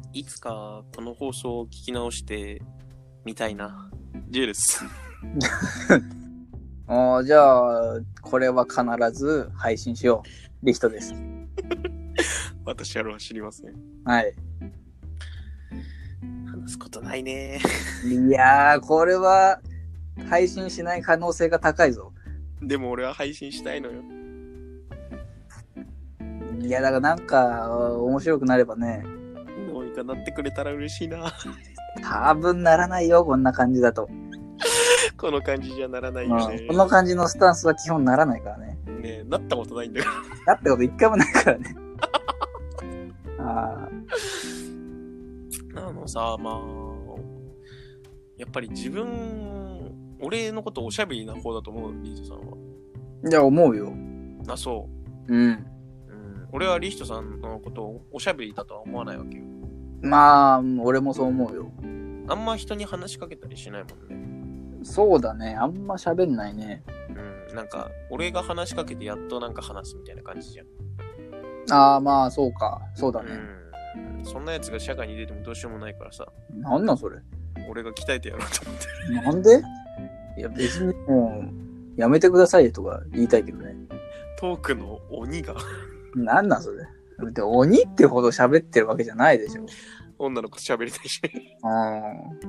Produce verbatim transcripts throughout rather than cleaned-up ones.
いつかこの放送を聞き直してみたいな。ジェルス。 おじゃあ、これは必ず配信しよう。リヒトです。 私は知りません。 はい。 話すことないね。 いやー、これは配信しない可能性が高いぞ。 でも俺は配信したいのよ。 いや、だからなんか面白くなればね。 どうにかなってくれたら嬉しいな。 多分ならないよ、こんな感じだと。 この感じじゃならないよね、 うん。この感じのスタンスは基本ならないからね。 ねえ、なったことないんだよ。 なったこと一回もないからね。ああのさ、まあ、やっぱり自分、俺のことおしゃべりな方だと思う、リヒトさんは。 いや、思うよ。 あ、そう。うん。 うん。俺はリヒトさんのことをおしゃべりだとは思わないわけよ。 まあ、俺もそう思うよ。 あんま人に話しかけたりしないもんね。 そうだね。あんま喋んないね。 うん。なんか、俺が話しかけてやっとなんか話すみたいな感じじゃん。 ああ、まあ、そうか。そうだね。 うん。そんなやつが社会に出てもどうしようもないからさ。 なんなんそれ。 俺が鍛えてやろうと思ってる。 なんで？いや、別にもう、やめてくださいよとか言いたいけどね。 トークの鬼が。 なんなんそれ。で鬼ってほど喋ってるわけじゃないでしょ。 女の子と喋りたいし。 うん。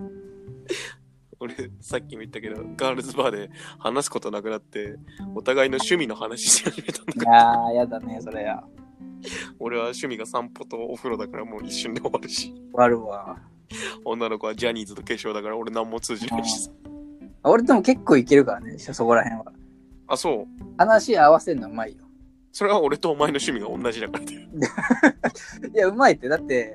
俺、さっきも言ったけど、ガールズバーで話すことなくなって、お互いの趣味の話し始めたんだいから。 やー、やだね、それや。 俺は趣味が散歩とお風呂だからもう一瞬で終わるし。 終わるわ。 女の子はジャニーズと化粧だから俺何も通じないしさ。 俺でも結構いけるからね、そこら辺は。 あ、そう。 話合わせるのうまいよ。 それは俺とお前の趣味が同じだからだよ。 いや、うまいって。だって、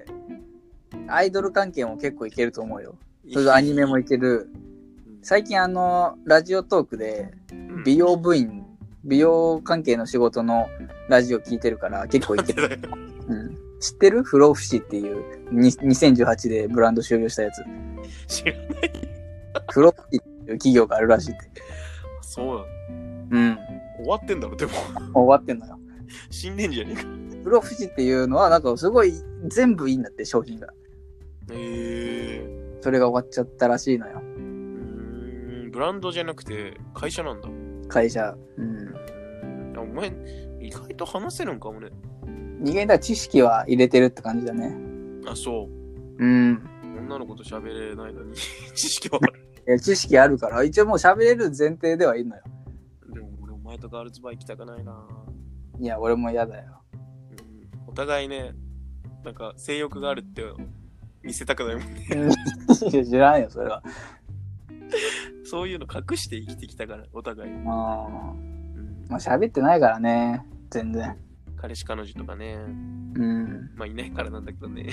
アイドル関係も結構いけると思うよ。それとアニメもいける。最近あの、ラジオトークで、美容部員、美容関係の仕事のラジオ聞いてるから結構いける。うん、知ってる？不老不死っていうにせんじゅうはちでブランド終了したやつ。 知らない。 不老不死っていう企業があるらしいって。 そうなの？ うん。 終わってんだろ、でも。 終わってんのよ。 死んでんじゃねえか。 不老不死っていうのはなんかすごい全部いいんだって、商品が。 へえ。 それが終わっちゃったらしいのよ。 うーん、ブランドじゃなくて会社なんだ。 会社。うん。 お前、意外と話せるんかもね。 人間だから知識は入れてるって感じだね。 あ、そう。 うん。 女の子と喋れないのに知識はある。 いや、知識あるから、一応もう喋れる前提ではいいのよ。 でも俺お前とガールズバー行きたくないな。 いや、俺も嫌だよ。 うん、お互いね、なんか性欲があるって見せたくないもんね。 いや、知らんよ、それは。 そういうの隠して生きてきたから、お互い。 まあ、まあ喋ってないからね、全然。 彼氏彼女とかね。 うん。 まあいないからなんだけどね。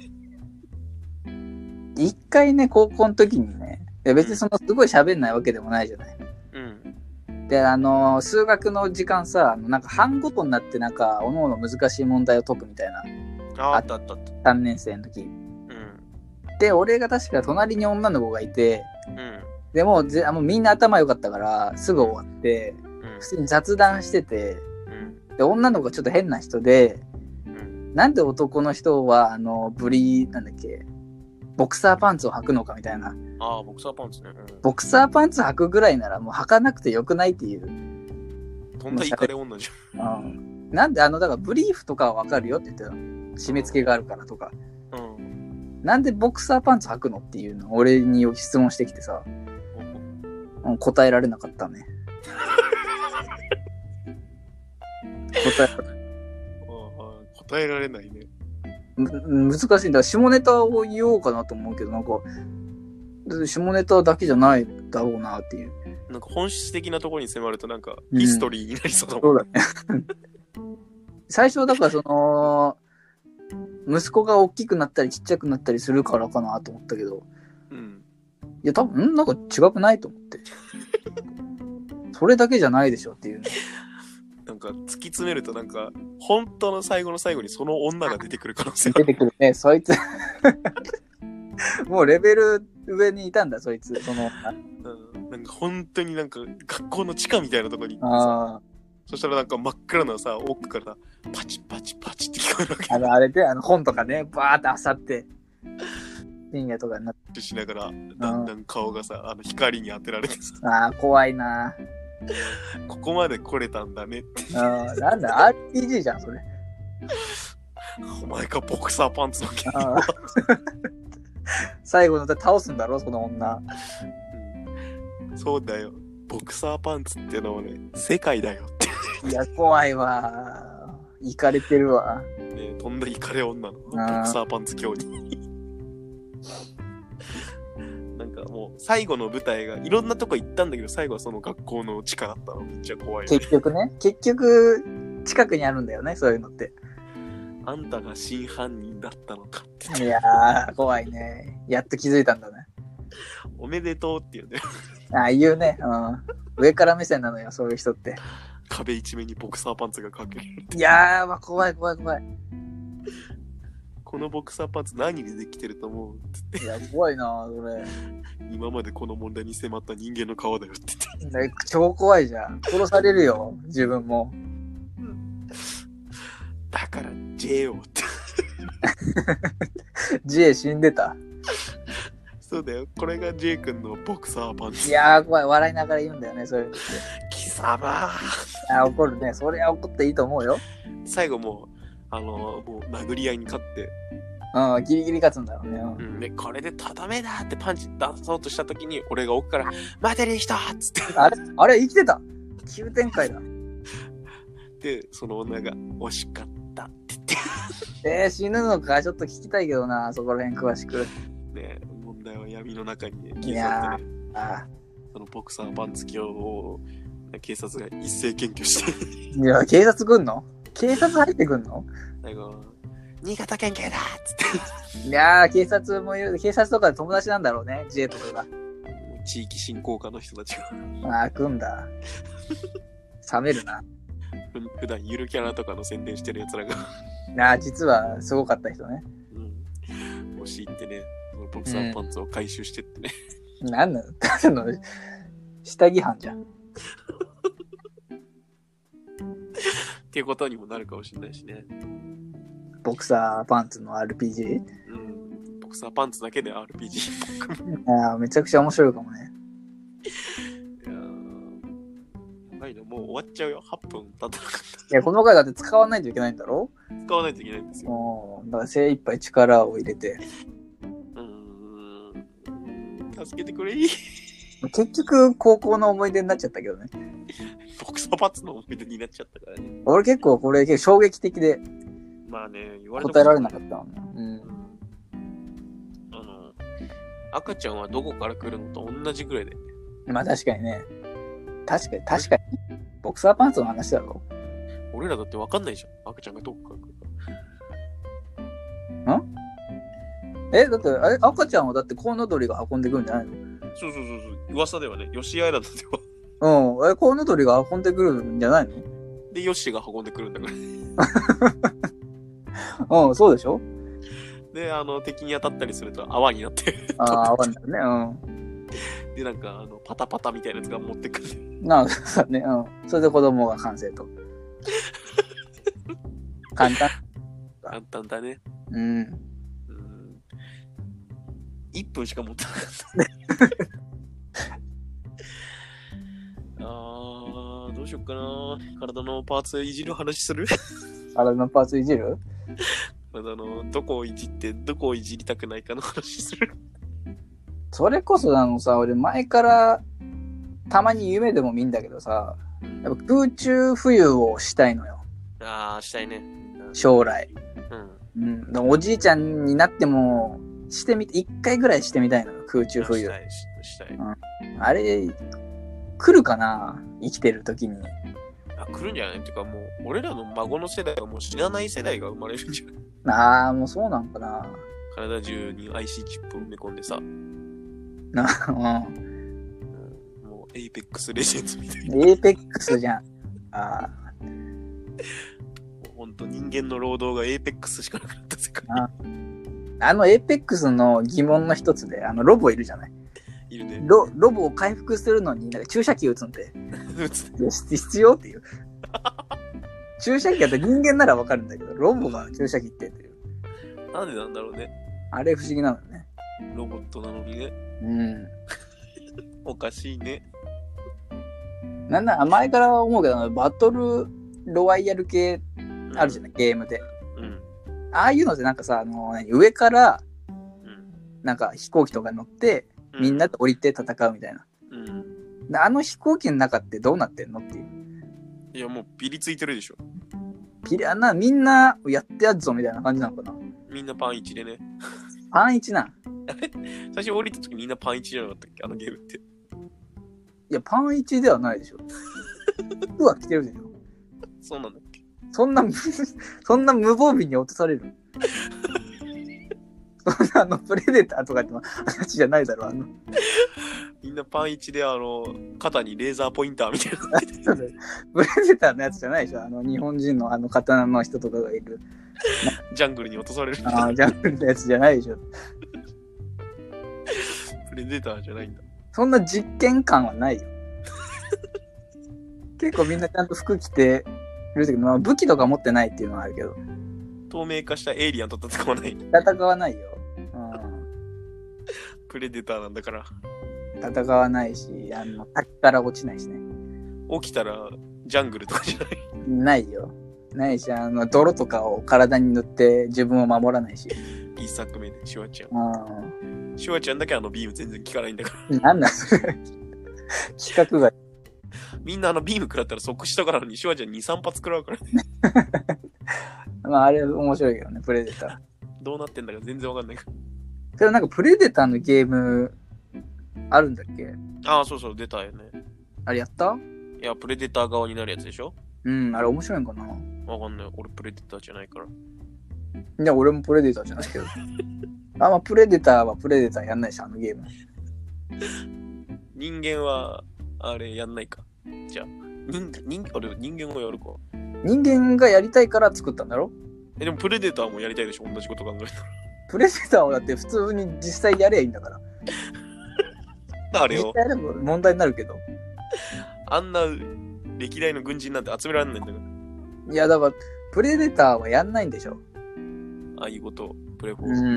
一回ね、高校の時にね、別にそのすごい喋んないわけでもないじゃない。 うん。 で、あの、数学の時間さ、なんか班ごとになってなんか、おのおの難しい問題を解くみたいな。 あ、あったあったあった。 さんねん生の時。 うん。 で、俺が確か隣に女の子がいて、 うん。 でもぜもうみんな頭良かったからすぐ終わって、 うん、 普通に雑談してて、 うん、 で女の子がちょっと変な人で、 うん、 なんで男の人はあのブリなんだっけボクサーパンツを履くのかみたいな。 ああ、ボクサーパンツね、うん、 ボクサーパンツ履くぐらいならもう履かなくてよくないっていう。 とんだイカレ女じゃん、うん、なんであのだからブリーフとかは分かるよって言ってたの。締め付けがあるからとか、うん、なんでボクサーパンツ履くのっていうのを俺に質問してきてさ、うん、答えられなかったね。答え答えられないね。 難しいんだから、下ネタを言おうかなと思うけど、なんか下ネタだけじゃないだろうなっていう。 なんか本質的なところに迫るとなんかヒストリーになりそうだもん、うん、そうだね。最初だからその息子が大きくなったりちっちゃくなったりするからかなと思ったけど、うん、いや多分なんか違くないと思って。それだけじゃないでしょっていう、ね。 なんか突き詰めるとなんか本当の最後の最後にその女が出てくる可能性出てくるね、そいつ。もうレベル上にいたんだそいつ、その、 うん、なんか本当になんか学校の地下みたいなところに行ってさ、そしたらなんか真っ暗なさ奥からパチパチパチって聞こえるわけ。 あのあれであの本とかねバーって漁って深夜とかになって。 しながら、だんだん顔がさ、あの光に当てられてさ。 ああ、怖いな。 ここまで来れたんだねって。 ああ、なんだ、アールピージー じゃん、それ。 お前か、ボクサーパンツのゲーム。 最後の歌倒すんだろ、その女。 うん、そうだよ。ボクサーパンツってのはね、世界だよって。 いや、怖いわ。イカれてるわ。 ね、とんだイカれ女のボクサーパンツ競技。なんかもう最後の舞台がいろんなとこ行ったんだけど、最後はその学校の地下だったの。めっちゃ怖い、ね。 結局ね、結局近くにあるんだよね、そういうのって。 あんたが真犯人だったのかって。 いやー、怖いね。やっと気づいたんだね。 おめでとうって言うんだよ。 ああ、言うね。うん。上から目線なのよ、そういう人って。 壁一面にボクサーパンツがかけられて。 いやー、まあ、怖い怖い怖い。 このボクサーパンツ何でできてると思うっていや、怖いなそれ。 今までこの問題に迫った人間の顔だよって言って。 超怖いじゃん。殺されるよ、自分も。 だから J をって。 J 死んでた。 そうだよ。これが J 君のボクサーパンツ。 いやー、怖い。笑いながら言うんだよね、そういうのって。 貴様あ、怒るね。それは怒っていいと思うよ。 最後もう、あのー、もう殴り合いに勝って。 うん、ギリギリ勝つんだろうね。 うん。で、これでとどめだってパンチ出そうとしたときに、俺が奥から、待てる人っつって。 あれあれ生きてた急展開だ。 で、その女が、惜しかったって言って。 えー、死ぬのかちょっと聞きたいけどな、そこら辺詳しく。 ね、問題は闇の中にね、刻んでね。 あそのボクサーパンツ教を警察が一斉検挙して。 いや、警察来んの警察入ってくんの最後、新潟県警だっつって。 いやー、警察もいる、警察とか友達なんだろうね、J とかが。 地域振興課の人たちが。 ああ、来んだ。冷めるな。 普段ゆるキャラとかの宣伝してる奴らが。 ああ、実はすごかった人ね。 うん。押し入ってね、ボクサーパンツを回収してってね。 うん、なんなのただの下着犯じゃん。 っていうことにもなるかもしれないしね。 ボクサーパンツの アールピージー？ うん。ボクサーパンツだけで アールピージー っぽく。 ああ、めちゃくちゃ面白いかもね。 いやー、やばいの、もう終わっちゃうよ。はっぷん経たなかった。いや、この回だって使わないといけないんだろ？ 使わないといけないんですよ。 もう、だから精一杯力を入れて。 うーん。助けてくれ。 結局、高校の思い出になっちゃったけどね。 ボクサーパンツの思い出になっちゃったからね。 俺結構これ結構衝撃的で。 まあね、言われた答えられなかったもんね。うん。 あの、赤ちゃんはどこから来るのと同じぐらいで。 まあ確かにね。確かに、確かに。ボクサーパンツの話だろ。 俺らだって分かんないじゃん。赤ちゃんがどこから来るか。んえ、だって、あれ、赤ちゃんはだってコウノドリが運んでくるんじゃないの？ そうそうそうそう。噂ではね、ヨシアイランドでは。 うん。え、コウノドリが運んでくるんじゃないの？ で、ヨッシーが運んでくるんだから。 うん、そうでしょ？ で、あの、敵に当たったりすると泡になって。 ああ、泡になるね。うん。 で、なんか、あの、パタパタみたいなやつが持ってくる。 なんかね、うん。それで子供が完成と。簡単。 簡単だね。 うん。 いっぷんしか持ってなかった。あー、どうしよっかな。体のパーツいじる話する？ 体のパーツいじる？ 体のどこをいじってどこをいじりたくないかの話する？ それこそあのさ、俺前からたまに夢でも見んだけどさ、やっぱ空中浮遊をしたいのよ。 あー、したいね。 将来。 うん。 うん。でもおじいちゃんになっても、してみて、一回ぐらいしてみたいのよ、空中浮遊。 したい、したい。うん、 あれ、来るかな？生きてる時に。 あ、来るんじゃない？っていうかもう、俺らの孫の世代はもう知らない世代が生まれるんじゃない？ ああ、もうそうなんかな。 体中に アイシー チップを埋め込んでさ。 な、うん。 もう、エイペックスレジェンズみたいな。 エイペックスじゃん。ああ。 ほんと人間の労働がエイペックスしかなくなった世界。 ああのエイペックスの疑問の一つで、あのロボいるじゃない？ いるね。 ロ、ロボを回復するのになんか注射器打つんで。 打つ必要っていう。注射器だって人間ならわかるんだけど、ロボが注射器ってっていう。 なんでなんだろうね。 あれ不思議なのよね。 ロボットなのにね。 うん。 おかしいね。 なんなら前から思うけど、バトルロワイヤル系あるじゃない、うん、ゲームで。うん。ああいうのでなんかさ、あの何上から、うん、なんか飛行機とか乗って、みんなで降りて戦うみたいな。うん。あの飛行機の中ってどうなってんのっていう。 いやもうピリついてるでしょ。 ピリ、あんなみんなやってやるぞみたいな感じなのかな。 みんなパンいちでね。 パンいちなん。 最初降りた時みんなパンいちじゃなかったっけあのゲームって。 いや、パンいちではないでしょ。服は着てるでしょ。 そうなんだっけ。 そんな、そんな無防備に落とされる。そんなあの、プレデターとかって話じゃないだろ、あの。 みんなパンいちであの、肩にレーザーポインターみたいな。 プレデターのやつじゃないでしょ。あの、日本人のあの、刀の人とかがいる。 ジャングルに落とされる。 ああ、ジャングルのやつじゃないでしょ。 プレデターじゃないんだ。 そんな実験感はないよ。結構みんなちゃんと服着てるけど、まあ、武器とか持ってないっていうのはあるけど。 透明化したエイリアンと戦わない。 戦わないよ。うん。 プレデターなんだから。 戦わないし、あの、滝から落ちないしね。 起きたらジャングルとかじゃない。 ないよ。ないし、あの、泥とかを体に塗って自分を守らないし。 一作目でシュワちゃん。うん。シュワちゃんだけあのビーム全然効かないんだから。 なんなんそれ。企画が。 みんなあのビーム食らったら即死とかなのにシュワちゃんに、さん発食らうからね。 まああれ面白いけどね、プレデター。 どうなってんだか全然わかんないから。 けどなんかプレデターのゲームあるんだっけ？ ああ、そうそう、出たよね。 あれやった？ いや、プレデター側になるやつでしょ？ うん、あれ面白いんかな？ わかんない。俺プレデターじゃないから。 いや、俺もプレデターじゃないけど。あ、まあ、プレデターはプレデターやんないし、あのゲーム。 人間は、あれやんないか。じゃあ、人、人、俺人間はやるか。 人間がやりたいから作ったんだろ？ え、でもプレデターもやりたいでしょ？同じこと考えたら。 プレデターはだって普通に実際やればいいんだから。 あれを。 実際やれば問題になるけど。 あんな歴代の軍人なんて集められないんだから。 いや、だから、プレデターはやんないんでしょ。 ああいうこと、プレフォー。 うん。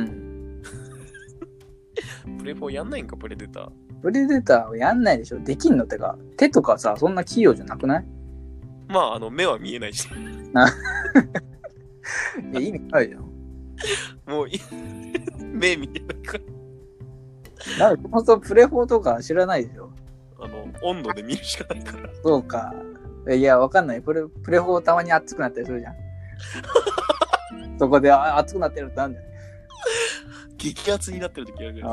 プレフォーやんないんか、プレデター。 プレデターはやんないでしょ。できんのってか、手とかさ、そんな器用じゃなくない？ まあ、あの、目は見えないし。 いや、意味ないじゃん。 もう、目見えないから。 なんか、そもそもプレフォーとか知らないでしょ。 あの、温度で見るしかないから。 そうか。いや、わかんない。プレ、プレフォーたまに熱くなったりするじゃん。そこで、あ、熱くなってるってなんだよ。 激熱になってる時あるから。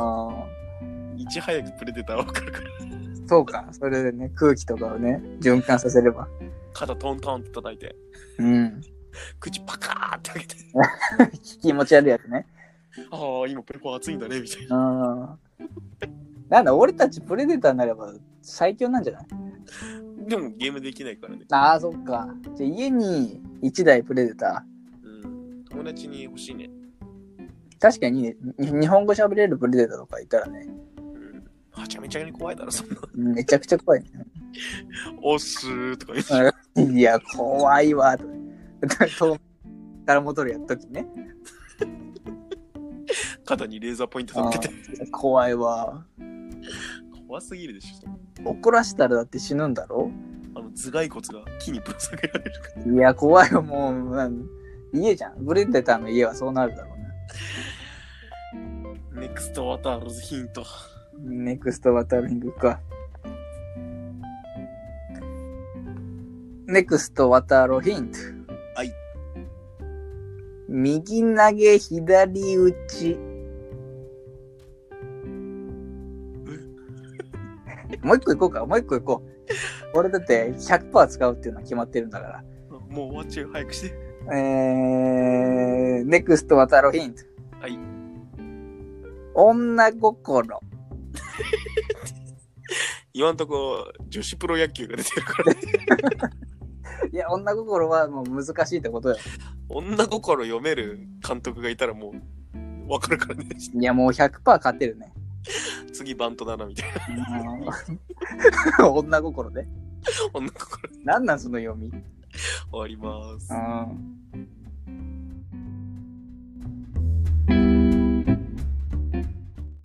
いち早くプレデターわかるから。 そうか。それでね、空気とかをね、循環させれば。 肩トントンって叩いて。 うん。 口パカーって開けて。 気持ち悪いやつね。 ああ、今プレフォー熱いんだね、みたいな。 あなんだ、俺たちプレデターになれば最強なんじゃない？ でもゲームできないからね。 ああ、そっか。じゃあ家にいちだいプレデター。うん。友達に欲しいね。 確かに、ね、日本語喋れるプレデターとかいたらね。 うん。はちゃめちゃに怖いだろ、そんな。 めちゃくちゃ怖いね。 おっすーとか言って。 いや、怖いわ、と。遠から戻るやっときね。 肩にレーザーポイント立ってて。 怖いわ。 怖すぎるでしょ。 怒らしたらだって死ぬんだろ？ あの頭蓋骨が木にぶら下げられるから。 いや、怖いよ、もう。家じゃん。ブレデターの家はそうなるだろうね。ネクストワタールズヒント。 ネクストワタールヒントか。ネクストワタールヒント。 はい。 右投げ、左打ち。もう一個行こうか、もう一個行こう。俺だって ひゃくパーセント 使うっていうのは決まってるんだから。 もう終わっちゃう、早くして。 えー、ネクストワタロヒント。 はい。 女心。 今んとこ女子プロ野球が出てるからね。 いや、女心はもう難しいってことよ。 女心読める監督がいたらもうわかるからね。 いや、もう ひゃくパーセント 勝ってるね。 次バントだなみたいな。女心で。 女心。 なんなんその読み。 終わります。